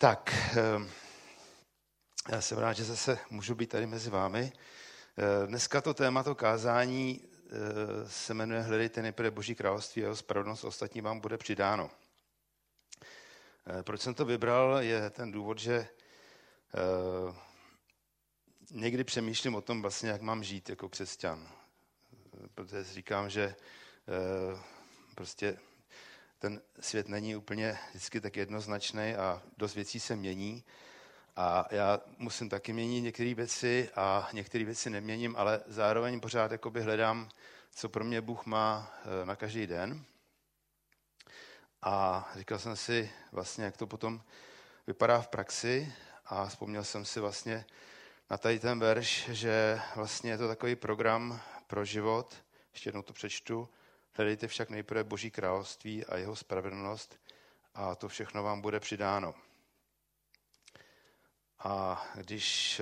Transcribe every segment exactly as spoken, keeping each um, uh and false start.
Tak, já jsem rád, že zase můžu být tady mezi vámi. Dneska to téma kázání se jmenuje Hledejte nejprve Boží království a jeho spravedlnost, ostatní vám bude přidáno. Proč jsem to vybral, je ten důvod, že někdy přemýšlím o tom vlastně, jak mám žít jako křesťan. Protože si říkám, že prostě ten svět není úplně vždycky tak jednoznačný a dost věcí se mění. A já musím taky měnit některé věci a některé věci neměním, ale zároveň pořád jakoby hledám, co pro mě Bůh má na každý den. A říkal jsem si vlastně, jak to potom vypadá v praxi a vzpomněl jsem si vlastně na tady ten verš, že vlastně je to takový program pro život. Ještě jednou to přečtu. Hledejte však nejprve Boží království a jeho spravedlnost a to všechno vám bude přidáno. A když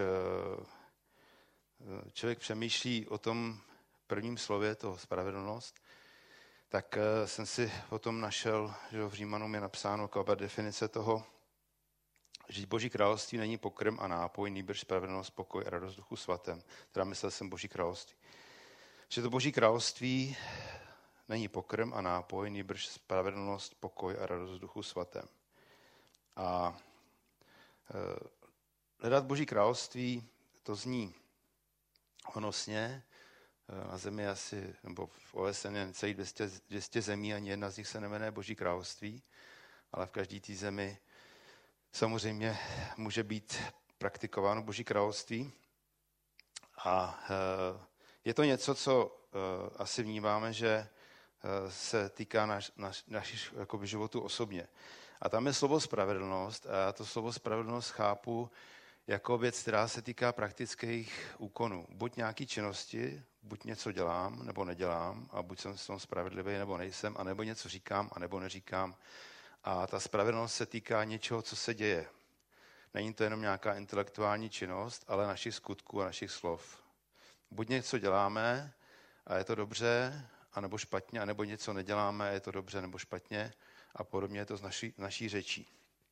člověk přemýšlí o tom prvním slově, toho spravedlnost, tak jsem si potom našel, že v Římanům je napsáno taková definice toho, že Boží království není pokrm a nápoj, nýbrž spravedlnost, pokoj a radost Duchu svatém. Teda myslel jsem Boží království. Že to Boží království není pokrm a nápoj, nýbrž spravedlnost, pokoj a radost Duchu svatém. A e, hledat Boží království, to zní honosně. Na zemi asi, nebo v O S N je celých dvě stě zemí, ani jedna z nich se nemenuje Boží království, ale v každé té zemi samozřejmě může být praktikováno Boží království. A je to něco, co asi vnímáme, že se týká naš, naš, našich jakoby životů osobně. A tam je slovo spravedlnost a já to slovo spravedlnost chápu jako věc, která se týká praktických úkonů. Buď nějaký činnosti, buď něco dělám, nebo nedělám, a buď jsem s tom spravedlivý, nebo nejsem, anebo něco říkám, anebo neříkám. A ta spravedlnost se týká něčeho, co se děje. Není to jenom nějaká intelektuální činnost, ale našich skutků a našich slov. Buď něco děláme a je to dobře, anebo špatně, anebo něco neděláme a je to dobře, nebo špatně. A podobně je to z naší, naší řečí.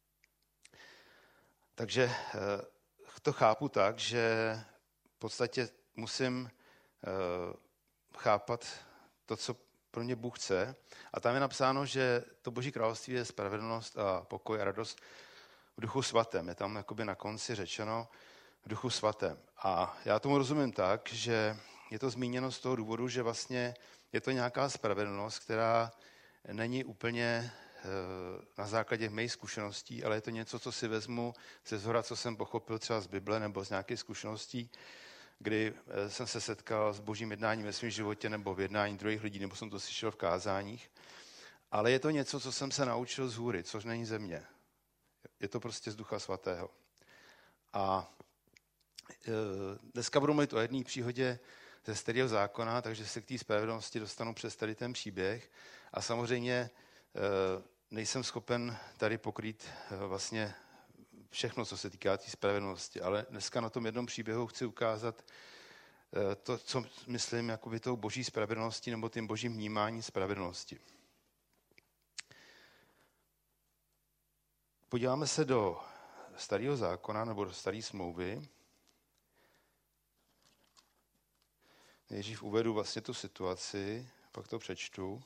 Takže to chápu tak, že v podstatě musím chápat to, co pro mě Bůh chce. A tam je napsáno, že to Boží království je spravedlnost a pokoj a radost v Duchu svatém. Je tam jakoby na konci řečeno v Duchu svatém. A já tomu rozumím tak, že je to zmíněno z toho důvodu, že vlastně je to nějaká spravedlnost, která není úplně na základě mých zkušeností, ale je to něco, co si vezmu ze zhora, co jsem pochopil třeba z Bible nebo z nějakých zkušeností, kdy jsem se setkal s Božím jednáním ve svém životě nebo v jednání druhých lidí, nebo jsem to slyšel v kázáních. Ale je to něco, co jsem se naučil z hůry, což není ze mě. Je to prostě z Ducha svatého. A dneska budu mluvit o jedné příhodě ze Starého zákona, takže se k té spravedlnosti dostanu přes tady ten příběh. A samozřejmě nejsem schopen tady pokrýt vlastně všechno, co se týká té spravedlnosti, ale dneska na tom jednom příběhu chci ukázat to, co myslím jakoby tou boží spravedlností nebo tím božím vnímáním spravedlnosti. Podíváme se do Starého zákona nebo do Staré smlouvy. Nejdřív uvedu vlastně tu situaci, pak to přečtu.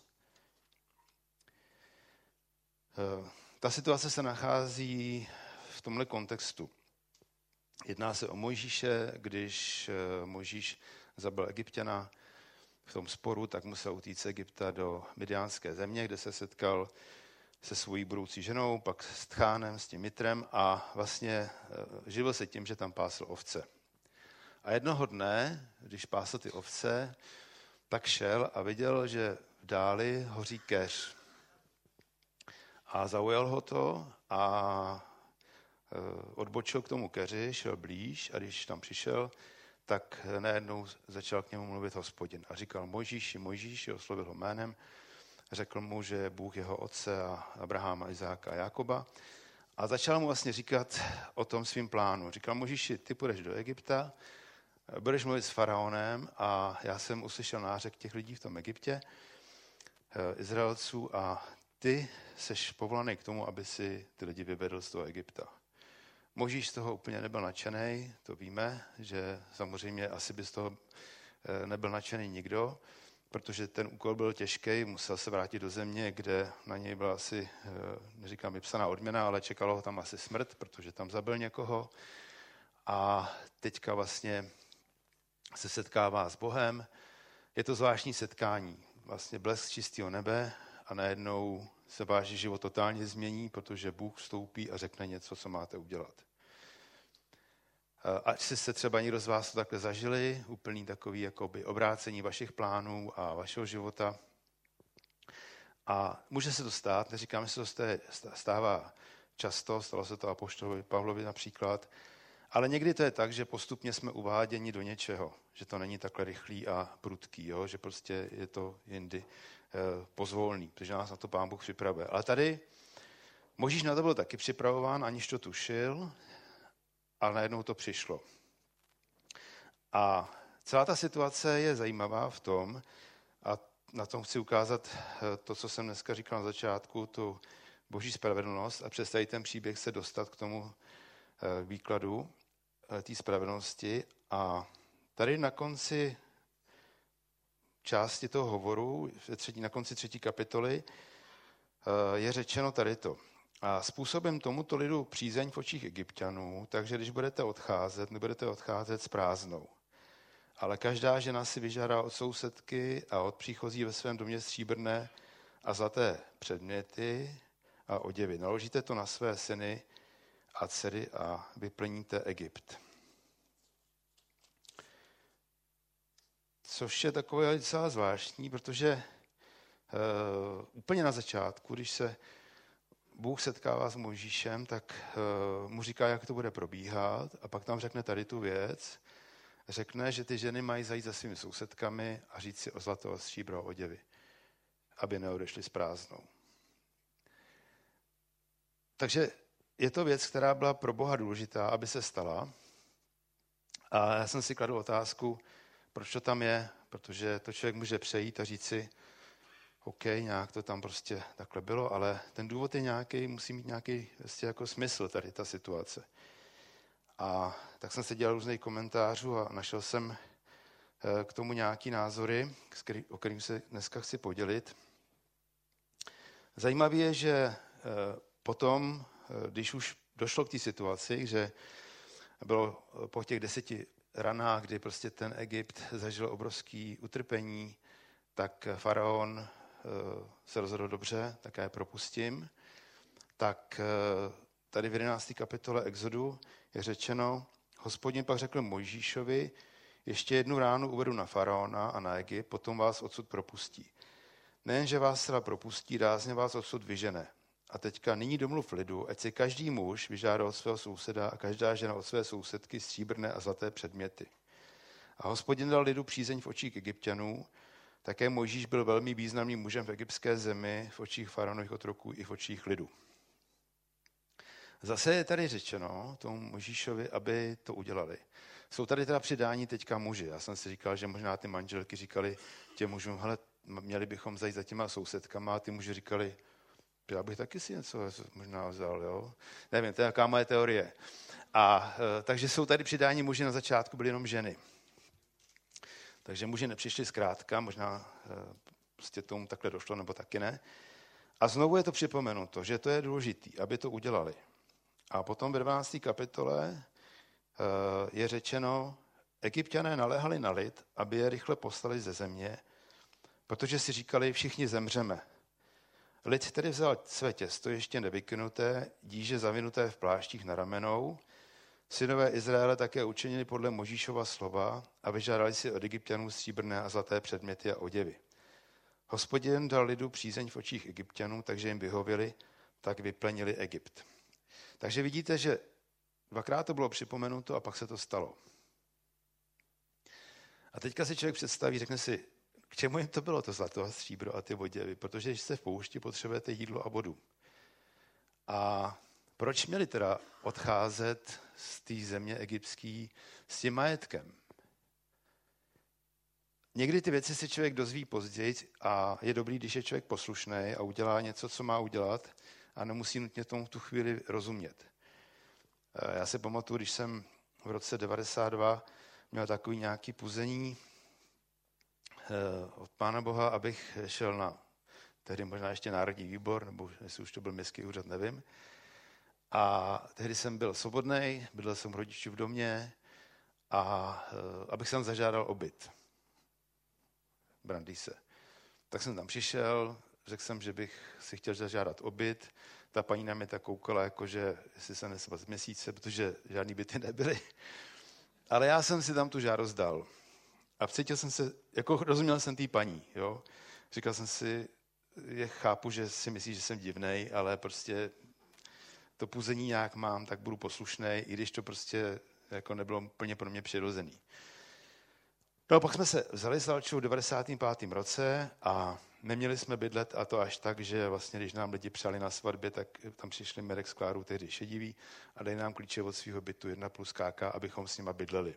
Ta situace se nachází v tomhle kontextu. Jedná se o Mojžíše, když Mojžíš zabil Egypťana v tom sporu, tak musel utíct z Egypta do Midiánské země, kde se setkal se svojí budoucí ženou, pak s Tchánem, s tím Mitrem a vlastně živil se tím, že tam pásl ovce. A jednoho dne, když pásl ty ovce, tak šel a viděl, že v dáli hoří keř. A zaujal ho to a odbočil k tomu keři, šel blíž a když tam přišel, tak najednou začal k němu mluvit Hospodin. A říkal Mojžíši, Mojžíši, oslovil ho jménem, řekl mu, že Bůh jeho otce a Abraháma, Izáka a Jakoba. A začal mu vlastně říkat o tom svým plánu. Říkal Mojžíši, ty půjdeš do Egypta, budeš mluvit s faraonem a já jsem uslyšel nářek těch lidí v tom Egyptě, Izraelců, a ty seš povolaný k tomu, aby si ty lidi vyvedl z toho Egypta. Možíš z toho úplně nebyl nadšený, to víme, že samozřejmě asi by z toho nebyl nadšený nikdo, protože ten úkol byl těžký, musel se vrátit do země, kde na něj byla asi, neříkám vypsaná odměna, ale čekalo ho tam asi smrt, protože tam zabil někoho. A teďka vlastně se setkává s Bohem. Je to zvláštní setkání, vlastně blesk čistého nebe a najednou se váš život totálně změní, protože Bůh vstoupí a řekne něco, co máte udělat. Ať si se třeba někdo z vás to takhle zažili, úplný takový jakoby obrácení vašich plánů a vašeho života. A může se to stát, neříkám, že se to stává často, stalo se to apoštolovi Pavlovi například, ale někdy to je tak, že postupně jsme uváděni do něčeho, že to není takhle rychlý a prudký, jo? Že prostě je to jindy eh, pozvolný, protože nás na to Pán Bůh připravuje. Ale tady Možíš na to byl taky připravován, aniž to tušil, ale najednou to přišlo. A celá ta situace je zajímavá v tom, a na tom chci ukázat to, co jsem dneska říkal na začátku, tu boží spravedlnost a přes tady ten příběh se dostat k tomu výkladu té spravedlnosti. A tady na konci části toho hovoru, na konci třetí kapitoly, je řečeno tady to. A způsobem tomuto lidu přízeň v očích Egypťanů, takže když budete odcházet, nebudete odcházet s prázdnou. Ale každá žena si vyžádá od sousedky a od příchozí ve svém domě stříbrné a zlaté předměty a oděvy. Naložíte to na své syny a dcery a vyplníte Egypt. Což je takové docela zvláštní, protože uh, úplně na začátku, když se Bůh setkává s Mojžíšem, tak uh, mu říká, jak to bude probíhat a pak tam řekne tady tu věc. Řekne, že ty ženy mají zajít za svými sousedkami a říct si o zlato a stříbro oděvy, aby neodešly s prázdnou. Takže je to věc, která byla pro Boha důležitá, aby se stala. A já jsem si kladl otázku, proč to tam je, protože to člověk může přejít a říct si, OK, nějak to tam prostě takhle bylo, ale ten důvod je nějaký, musí mít nějaký vlastně jako smysl tady ta situace. A tak jsem se dělal různých komentářů a našel jsem k tomu nějaký názory, o kterým se dneska chci podělit. Zajímavé je, že potom, když už došlo k té situaci, že bylo po těch deseti ranách, kdy prostě ten Egypt zažil obrovský utrpení, tak faraon se rozhodl dobře, tak já je propustím. Tak tady v jedenácté kapitole Exodu je řečeno, Hospodin pak řekl Mojžíšovi, ještě jednu ránu uvedu na faraona a na Egypt, potom vás odsud propustí. Nejenže vás zcela propustí, rázně vás odsud vyžene. A teďka nyní domluv lidu, ať si každý muž vyžádá od svého souseda a každá žena od své sousedky stříbrné a zlaté předměty. A Hospodin dal lidu přízeň v očích Egypťanů, také Mojžíš byl velmi významným mužem v egyptské zemi, v očích faraonových otroků i v očích lidu. Zase je tady řečeno tomu Mojžíšovi, aby to udělali. Jsou tady teda přidání teďka muži. Já jsem si říkal, že možná ty manželky říkali těm mužům, hele, měli bychom zajít za těma sousedkama a ty muži říkali, já bych taky si něco možná vzal, jo. Nevím, to je jaká moje teorie. A takže jsou tady přidání muži, na začátku byly jenom ženy. Takže muži nepřišli zkrátka, možná prostě tomu takhle došlo, nebo taky ne. A znovu je to připomenuto, že to je důležité, aby to udělali. A potom ve dvanácté kapitole je řečeno, Egypťané naléhali na lid, aby je rychle poslali ze země, protože si říkali, všichni zemřeme. Lid tedy vzal své těsto ještě nevykynuté, díže zavinuté v pláštích na ramenou. Synové Izraele také učinili podle Mojžíšova slova a vyžádali si od Egypťanů stříbrné a zlaté předměty a oděvy. Hospodin dal lidu přízeň v očích Egypťanů, takže jim vyhověli, tak vyplenili Egypt. Takže vidíte, že dvakrát to bylo připomenuto a pak se to stalo. A teďka si člověk představí, řekne si, k čemu jim to bylo, to zlato a stříbro a ty oděvy? Protože když jste v poušti, potřebujete jídlo a vodu. A proč měli teda odcházet z té země egyptský s tím majetkem? Někdy ty věci si člověk dozví později a je dobrý, když je člověk poslušný a udělá něco, co má udělat a nemusí nutně tomu v tu chvíli rozumět. Já si pamatuju, když jsem v roce devadesát dva měl takový nějaký puzení od Pána Boha, abych šel na tehdy možná ještě Národní výbor, nebo jestli už to byl městský úřad, nevím. A tehdy jsem byl svobodnej, bydlel jsem u rodičů v domě a abych jsem zažádal o byt. Brandýse. Tak jsem tam přišel, řekl jsem, že bych si chtěl zažádat o byt. Ta paní na mě tak koukala, jakože jestli se nesvat z měsíce, protože žádný byty nebyly. Ale já jsem si tam tu žádost dal. A cítil jsem se, jako rozuměl jsem té paní, jo. Říkal jsem si, je, chápu, že si myslí, že jsem divnej, ale prostě to puzení nějak mám, tak budu poslušnej, i když to prostě jako nebylo úplně pro mě přirozený. No a pak jsme se vzali s Alčou v devadesátém pátém roce a neměli jsme bydlet, a to až tak, že vlastně, když nám lidi přáli na svatbě, tak tam přišli Mirek s Klárou, tehdy šediví, a dali nám klíče od svého bytu jedna plus káka, abychom s nima bydleli.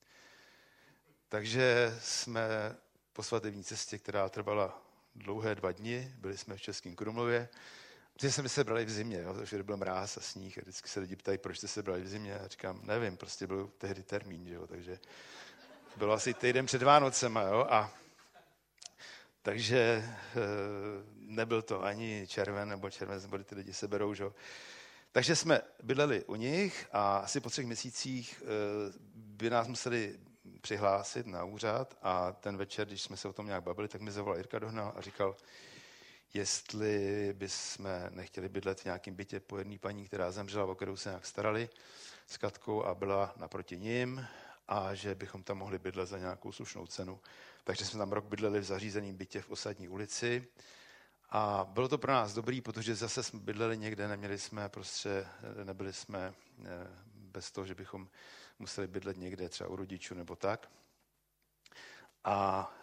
Takže jsme po svatební cestě, která trvala dlouhé dva dny, byli jsme v Českém Krumlově, protože jsme se brali v zimě, jo, protože byl mráz a sníh a vždycky se lidi ptají, proč jste se brali v zimě. A říkám, nevím, prostě byl tehdy termín, že jo, takže bylo asi týden před Vánocema, jo, a takže e, nebyl to ani červen, nebo červen, nebo ty lidi se berou, že jo. Takže jsme bydleli u nich a asi po třech měsících e, by nás museli přihlásit na úřad a ten večer, když jsme se o tom nějak bavili, tak mi zavolal Jirka Dohnal a říkal, jestli bychom nechtěli bydlet v nějakém bytě po jedné paní, která zemřela, o kterou se nějak starali s Katkou a byla naproti ním a že bychom tam mohli bydlet za nějakou slušnou cenu. Takže jsme tam rok bydleli v zařízeném bytě v Osadní ulici a bylo to pro nás dobrý, protože zase jsme bydleli někde, neměli jsme prostě, nebyli jsme bez toho, že bychom museli bydlet někde, třeba u rodičů nebo tak. A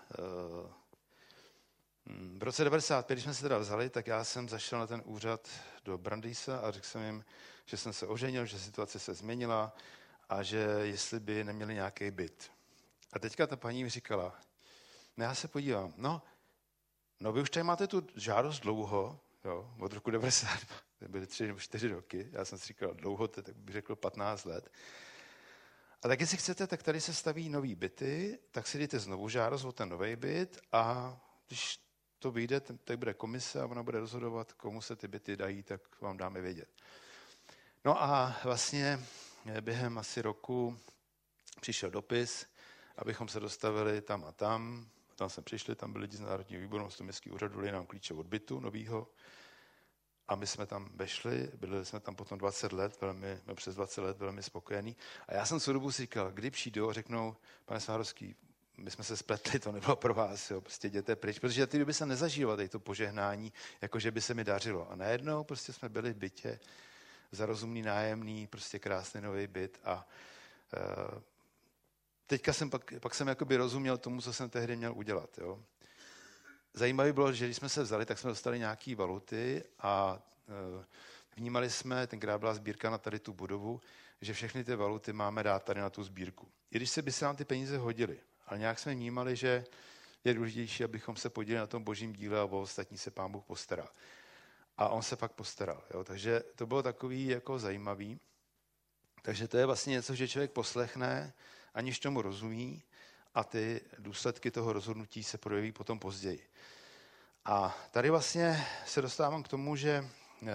v roce devadesát pět, když jsme se teda vzali, tak já jsem zašel na ten úřad do Brandýsa a řekl jsem jim, že jsem se oženil, že situace se změnila a že jestli by neměli nějaký byt. A teďka ta paní mi říkala, no já se podívám, no, no vy už tady máte tu žádost dlouho, jo, od roku devadesát dva, to byly tři nebo čtyři roky, já jsem si říkal dlouho, tak bych řekl patnáct let. A tak jestli chcete, tak tady se staví nový byty, tak si dejte znovu žádost o ten nový byt a když to vyjde, tak bude komise a ona bude rozhodovat, komu se ty byty dají, tak vám dáme vědět. No a vlastně během asi roku přišel dopis, abychom se dostavili tam a tam. Tam jsme přišli, tam byli lidi z Národního výboru, z toho městského úřadu, dali nám klíče od bytu novýho. A my jsme tam vešli, byli jsme tam potom dvacet let, velmi, přes dvacet let velmi spokojení. A já jsem celou dobu si říkal, kdy přijdou a řeknou, pane Svárovský, my jsme se spletli, to nebylo pro vás, jo, prostě jděte pryč, protože já ty doby jsem nezažíval tady to požehnání, jako že by se mi dařilo. A najednou prostě jsme byli v bytě, za rozumný nájemný, prostě krásný nový byt a uh, teďka jsem pak, pak jsem jakoby rozuměl tomu, co jsem tehdy měl udělat, jo. Zajímavé bylo, že když jsme se vzali, tak jsme dostali nějaké valuty a uh, vnímali jsme, tenkrát byla sbírka na tady tu budovu, že všechny ty valuty máme dát tady na tu sbírku. I když se by se nám ty peníze hodily, ale nějak jsme vnímali, že je důležitější, abychom se podíleli na tom božím díle a o ostatní se Pán Bůh postará. A on se pak postaral. Jo? Takže to bylo takový jako zajímavý. Takže to je vlastně něco, že člověk poslechne, aniž tomu rozumí a ty důsledky toho rozhodnutí se projeví potom později. A tady vlastně se dostávám k tomu, že uh,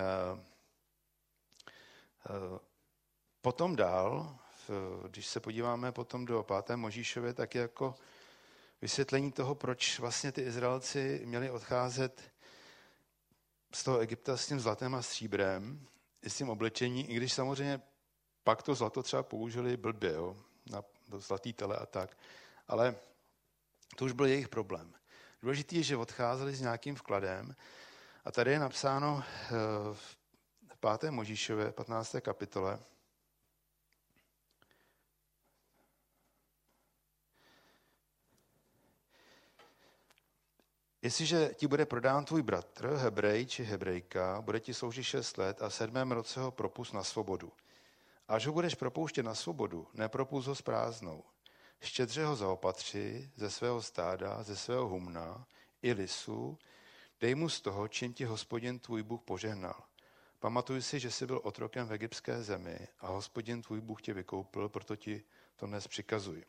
uh, potom dál, když se podíváme potom do páté Možíšově, tak je jako vysvětlení toho, proč vlastně ty Izraelci měli odcházet z toho Egypta s tím zlatem a stříbrem, i s tím oblečení, i když samozřejmě pak to zlato třeba použili blbě, jo, na zlatý tele a tak. Ale to už byl jejich problém. Důležitý je, že odcházeli s nějakým vkladem a tady je napsáno v páté Možíšově, patnácté kapitole, jestliže ti bude prodán tvůj bratr, Hebrej či Hebrejka, bude ti sloužit šest let a v sedmém roce ho propust na svobodu. Až ho budeš propouštět na svobodu, nepropust ho s prázdnou. Štědře ho zaopatři ze svého stáda, ze svého humna i lisu, dej mu z toho, čím ti Hospodin tvůj Bůh požehnal. Pamatuj si, že jsi byl otrokem v egyptské zemi a Hospodin tvůj Bůh tě vykoupil, proto ti to dnes přikazuji.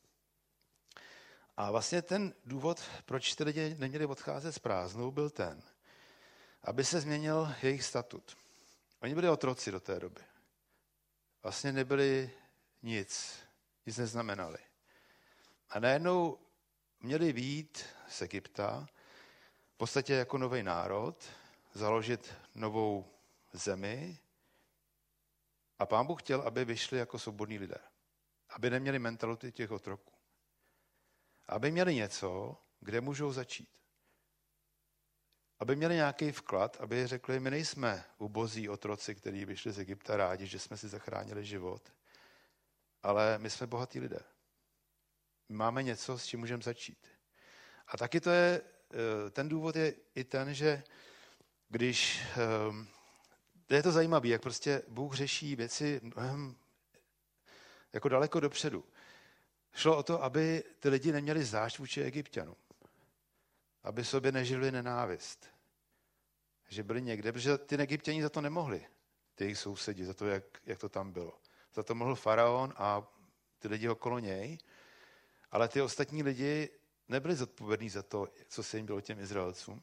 A vlastně ten důvod, proč ty lidi neměli odcházet s prázdnou, byl ten, aby se změnil jejich statut. Oni byli otroci do té doby. Vlastně nebyli nic, nic neznamenali. A najednou měli vyjít z Egypta, v podstatě jako nový národ, založit novou zemi a Pán Bůh chtěl, aby vyšli jako svobodní lidé. Aby neměli mentalitu těch otroků. Aby měli něco, kde můžou začít. Aby měli nějaký vklad, aby řekli, my nejsme ubozí otroci, kteří vyšli z Egypta rádi, že jsme si zachránili život, ale my jsme bohatí lidé. My máme něco, s čím můžeme začít. A taky to je, ten důvod je i ten, že když, je to zajímavé, jak prostě Bůh řeší věci mnohem jako daleko dopředu. Šlo o to, aby ty lidi neměli zášť vůči Egypťanům. Aby sobě nežili nenávist. Že byli někde, protože ty Egypťani za to nemohli. Ty jejich sousedi, za to, jak, jak to tam bylo. Za to mohl faraon a ty lidi okolo něj. Ale ty ostatní lidi nebyli zodpovědní za to, co se jim bylo těm Izraelcům.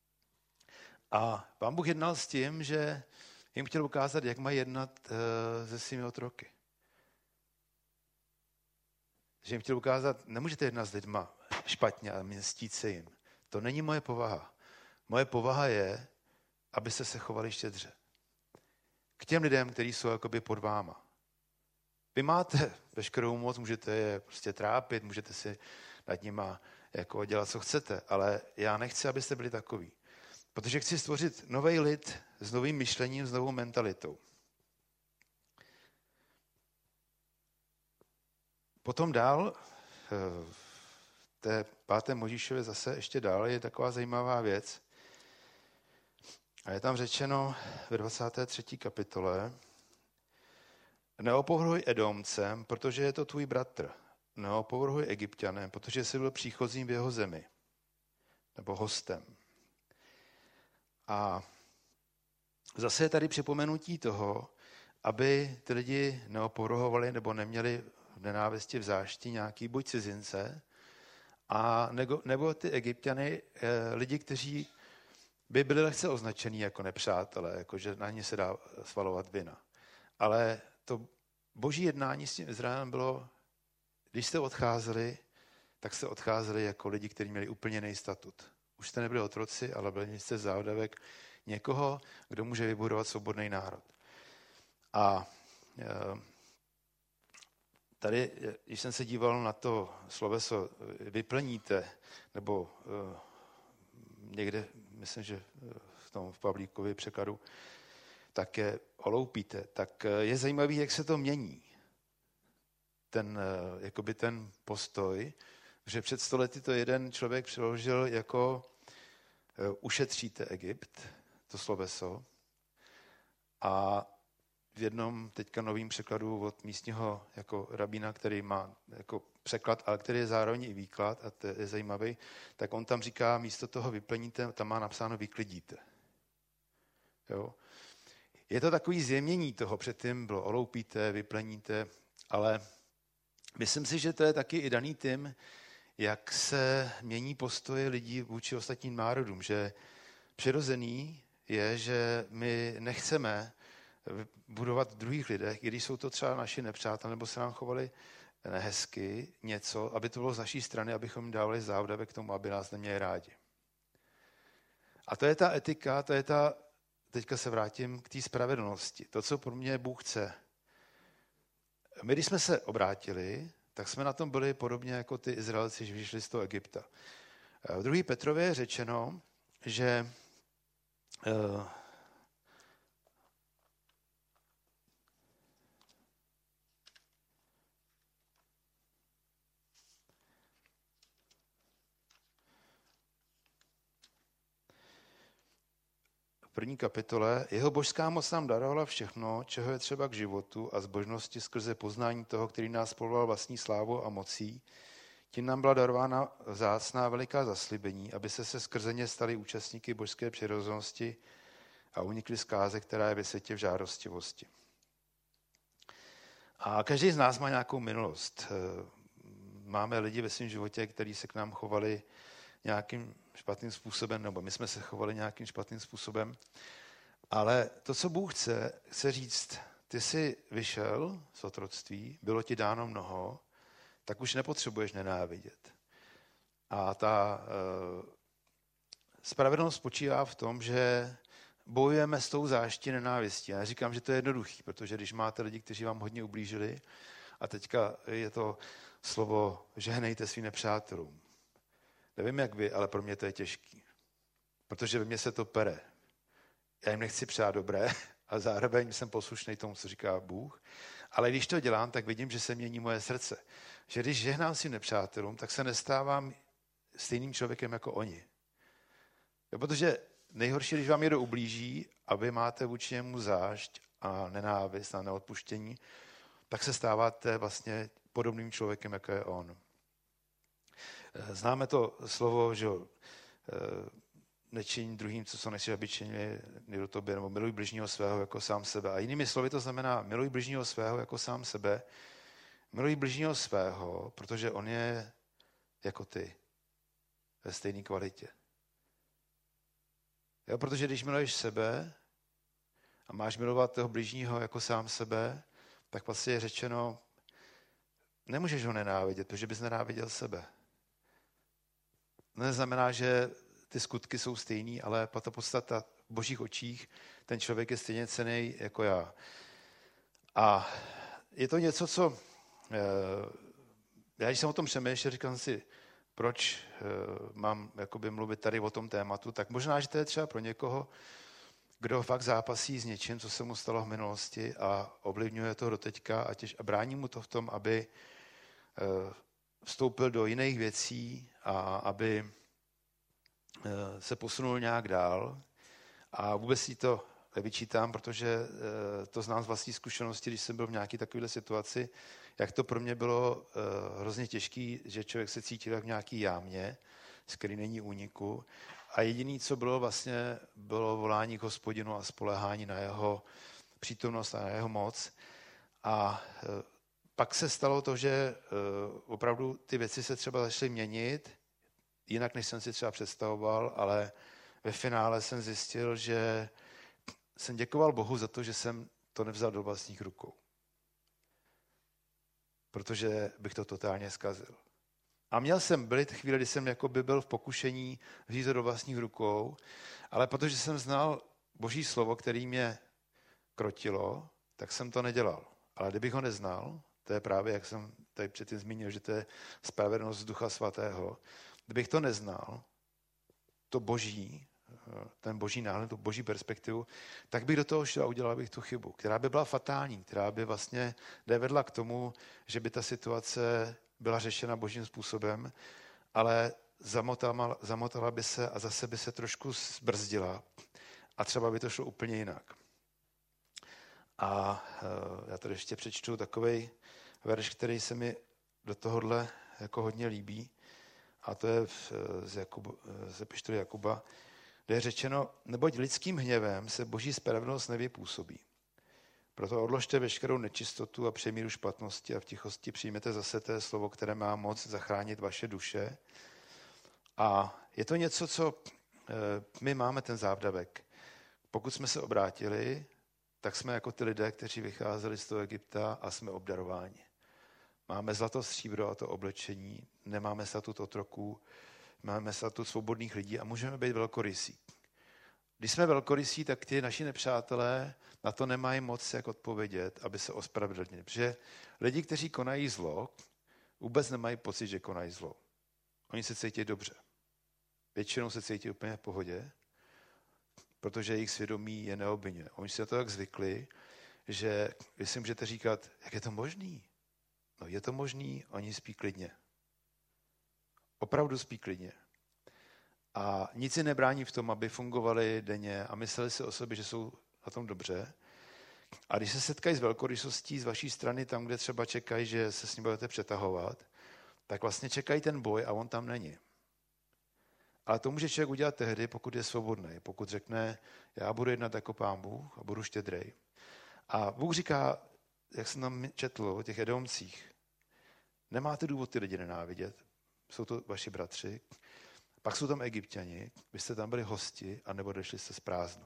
A Pán Bůh jednal s tím, že jim chtěl ukázat, jak mají jednat uh, se svými otroky. Že jim chtěl ukázat, nemůžete jednat s lidma špatně a mstít se jim. To není moje povaha. Moje povaha je, abyste se chovali štědře. K těm lidem, kteří jsou jakoby pod váma. Vy máte veškerou moc, můžete je prostě trápit, můžete si nad nima jako dělat, co chcete, ale já nechci, abyste byli takový. Protože chci stvořit nový lid s novým myšlením, s novou mentalitou. Potom dál, v té páté Možíšově zase ještě dál, je taková zajímavá věc. A je tam řečeno ve dvacáté třetí kapitole, neopovrhuj Edomcem, protože je to tvůj bratr. Neopovrhuj Egypťanem, protože jsi byl příchozím v jeho zemi. Nebo hostem. A zase je tady připomenutí toho, aby ty lidi neopovrhovali nebo neměli v nenávisti, v zášti nějaký buď cizince, a nebo, nebo ty Egypťany, eh, lidi, kteří by byli lehce označení jako nepřátelé, jako že na ně se dá svalovat vina. Ale to boží jednání s tím Izraelem bylo, když jste odcházeli, tak jste odcházeli jako lidi, kteří měli úplně jiný statut. Už jste nebyli otroci, ale byli jste závdavek někoho, kdo může vybudovat svobodný národ. A tady, když jsem se díval na to sloveso vyplníte, nebo někde, myslím, že v tom v Pavlíkově překladu, tak je oloupíte, tak je zajímavý, jak se to mění. Ten, jakoby ten postoj, že před sto lety to jeden člověk přeložil jako ušetříte Egypt, to sloveso, a v jednom teďka novým překladu od místního jako rabína, který má jako překlad, ale který je zároveň i výklad, a to je zajímavý, tak on tam říká, místo toho vyplníte, tam má napsáno vyklidíte. Jo? Je to takový zjemnění toho, předtím bylo oloupíte, vypleníte, ale myslím si, že to je taky i daný tím, jak se mění postoje lidí vůči ostatním národům, že přirozený je, že my nechceme budovat v druhých lidech, i když jsou to třeba naši nepřátelé, nebo se nám chovali nehezky, něco, aby to bylo z naší strany, abychom jim dávali závdavek k tomu, aby nás neměli rádi. A to je ta etika, to je ta, teďka se vrátím k té spravedlnosti. To, co pro mě Bůh chce. My, když jsme se obrátili, tak jsme na tom byli podobně jako ty Izraelci, že vyšli z toho Egypta. V druhé Petrově je řečeno, že uh, v první kapitole, jeho božská moc nám darovala všechno, čeho je třeba k životu a zbožnosti skrze poznání toho, který nás povolal vlastní slávou a mocí. Tím nám byla darována vzácná veliká zaslíbení, aby se se skrze ně stali účastníky božské přirozenosti a unikli zkáze, která je ve světě v žádostivosti. A každý z nás má nějakou minulost. Máme lidi ve svém životě, kteří se k nám chovali nějakým špatným způsobem, nebo my jsme se chovali nějakým špatným způsobem. Ale to, co Bůh chce, chce říct, ty jsi vyšel z otroctví, bylo ti dáno mnoho, tak už nepotřebuješ nenávidět. A ta uh, spravedlnost spočívá v tom, že bojujeme s tou záští nenávistí. Já říkám, že to je jednoduchý, protože když máte lidi, kteří vám hodně ublížili, a teďka je to slovo žehnejte svým nepřátelům. Nevím, jak vy, ale pro mě to je těžký. Protože ve mně se to pere. Já jim nechci přát dobré a zároveň jsem poslušný tomu, co říká Bůh. Ale když to dělám, tak vidím, že se mění moje srdce. Že když žehnám svým nepřátelům, tak se nestávám stejným člověkem jako oni. Jo, protože nejhorší, když vám někdo ublíží a vy máte vůči němu zášť a nenávist a neodpuštění, tak se stáváte vlastně podobným člověkem, jako je on. Známe to slovo, že nečiň druhým, co nechceš, aby činili někdo tobě, nebo miluj bližního svého jako sám sebe. A jinými slovy to znamená miluj bližního svého jako sám sebe. Miluj bližního svého, protože on je jako ty, ve stejné kvalitě. Jo, protože když miluješ sebe a máš milovat toho bližního jako sám sebe, tak vlastně je řečeno, nemůžeš ho nenávidět, protože bys nenáviděl sebe. Neznamená, že ty skutky jsou stejný, ale ta podstata v božích očích, ten člověk je stejně cenný jako já. A je to něco, co já když jsem o tom přemýšlel, říkal jsem si, proč mám jakoby mluvit tady o tom tématu, tak možná, že to je třeba pro někoho, kdo fakt zápasí s něčím, co se mu stalo v minulosti a ovlivňuje to do teďka a, těž, a brání mu to v tom, aby vstoupil do jiných věcí a aby se posunul nějak dál. A vůbec si to nevyčítám, protože to znám z vlastní zkušenosti, když jsem byl v nějaké takovéhle situaci, jak to pro mě bylo hrozně těžké, že člověk se cítil jak v nějaký jámě, z který není úniku. A jediné, co bylo vlastně, bylo volání k Hospodinu a spolehání na jeho přítomnost a na jeho moc. A pak se stalo to, že opravdu ty věci se třeba začaly měnit, jinak, než jsem si třeba představoval, ale ve finále jsem zjistil, že jsem děkoval Bohu za to, že jsem to nevzal do vlastních rukou. Protože bych to totálně zkazil. A měl jsem byt chvíli, kdy jsem jako by byl v pokušení vzít to do vlastních rukou, ale protože jsem znal Boží slovo, který mě krotilo, tak jsem to nedělal. Ale kdybych ho neznal, to je právě, jak jsem tady předtím zmínil, že to je spravedlnost Ducha Svatého, kdybych to neznal, to Boží, ten Boží náhled, tu Boží perspektivu, tak bych do toho šel a udělal bych tu chybu, která by byla fatální, která by vlastně vedla k tomu, že by ta situace byla řešena Božím způsobem, ale zamotala, zamotala by se a zase by se trošku zbrzdila a třeba by to šlo úplně jinak. A já tady ještě přečtu takovej verš, který se mi do tohohle jako hodně líbí, a to je z, Jakub, z epištoly Jakuba, kde je řečeno, neboť lidským hněvem se Boží spravedlnost nevypůsobí. Proto odložte veškerou nečistotu a přemíru špatnosti a v tichosti přijměte zase té slovo, které má moc zachránit vaše duše. A je to něco, co my máme ten závdavek. Pokud jsme se obrátili, tak jsme jako ty lidé, kteří vycházeli z toho Egypta a jsme obdarováni. Máme zlato, stříbro a to oblečení, nemáme statut otroků, máme statut svobodných lidí a můžeme být velkorysí. Když jsme velkorysí, tak ti naši nepřátelé na to nemají moc jak odpovědět, aby se ospravedlnili. Protože lidi, kteří konají zlo, vůbec nemají pocit, že konají zlo. Oni se cítí dobře. Většinou se cítí úplně v pohodě, protože jejich svědomí je neobviněné. Oni si na to tak zvykli, že vy si můžete říkat, jak je to možný? No je to možný, oni spí klidně. Opravdu spí klidně. A nic si nebrání v tom, aby fungovali denně a mysleli si o sobě, že jsou na tom dobře. A když se setkají s velkorysostí z vaší strany, tam, kde třeba čekají, že se s ním budete přetahovat, tak vlastně čekají ten boj a on tam není. Ale to může člověk udělat tehdy, pokud je svobodný, pokud řekne, já budu jednat jako Pán Bůh a budu štědrej. A Bůh říká, jak jsem tam četl o těch Edomcích, nemáte důvod ty lidi nenávidět, jsou to vaši bratři, pak jsou tam Egypťani, vy jste tam byli hosti, anebo došli jste z prázdnou.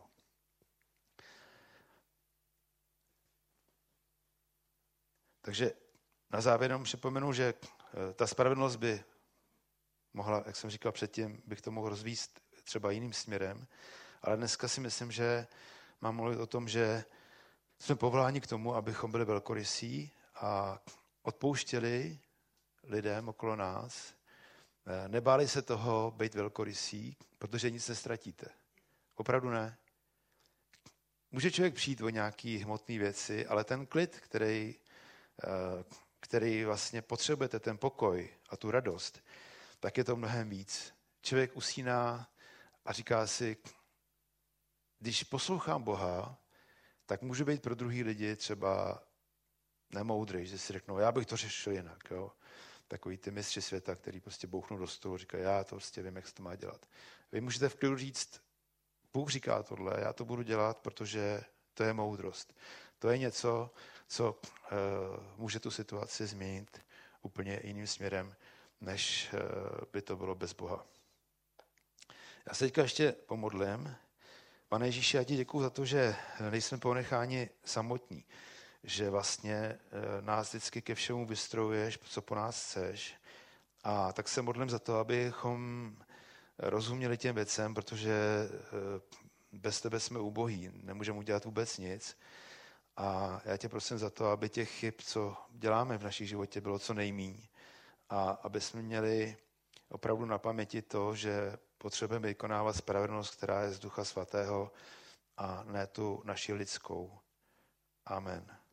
Takže na závěr jenom připomenu, že ta spravedlnost by mohla, jak jsem říkal předtím, bych to mohl rozvíst třeba jiným směrem, ale dneska si myslím, že mám mluvit o tom, že jsme povoláni k tomu, abychom byli velkorysí a odpouštěli lidem okolo nás. Nebáli se toho být velkorysí, protože nic nestratíte. Opravdu ne. Může člověk přijít o nějaké hmotné věci, ale ten klid, který, který vlastně potřebujete, ten pokoj a tu radost, tak je to mnohem víc. Člověk usíná a říká si, když poslouchám Boha, tak můžu být pro druhý lidi třeba nemoudrý, že si řeknou, já bych to řešil jinak. Jo? Takový ty mistři světa, který prostě bouchnou do stolu, říkají, já to prostě vím, jak se to má dělat. Vy můžete v klidu říct, Bůh říká tohle, já to budu dělat, protože to je moudrost. To je něco, co uh, může tu situaci změnit úplně jiným směrem, než uh, by to bylo bez Boha. Já se teďka ještě pomodlím. Pane Ježíši, já ti děkuju za to, že nejsme ponecháni samotní, že vlastně nás vždycky ke všemu vystrojuješ, co po nás chceš. A tak se modlím za to, abychom rozuměli těm věcem, protože bez tebe jsme ubohí, nemůžeme udělat vůbec nic. A já tě prosím za to, aby těch chyb, co děláme v našich životě, bylo co nejmíň. A aby jsme měli opravdu na paměti to, že potřebujeme vykonávat spravedlnost, která je z Ducha Svatého a ne tu naši lidskou. Amen.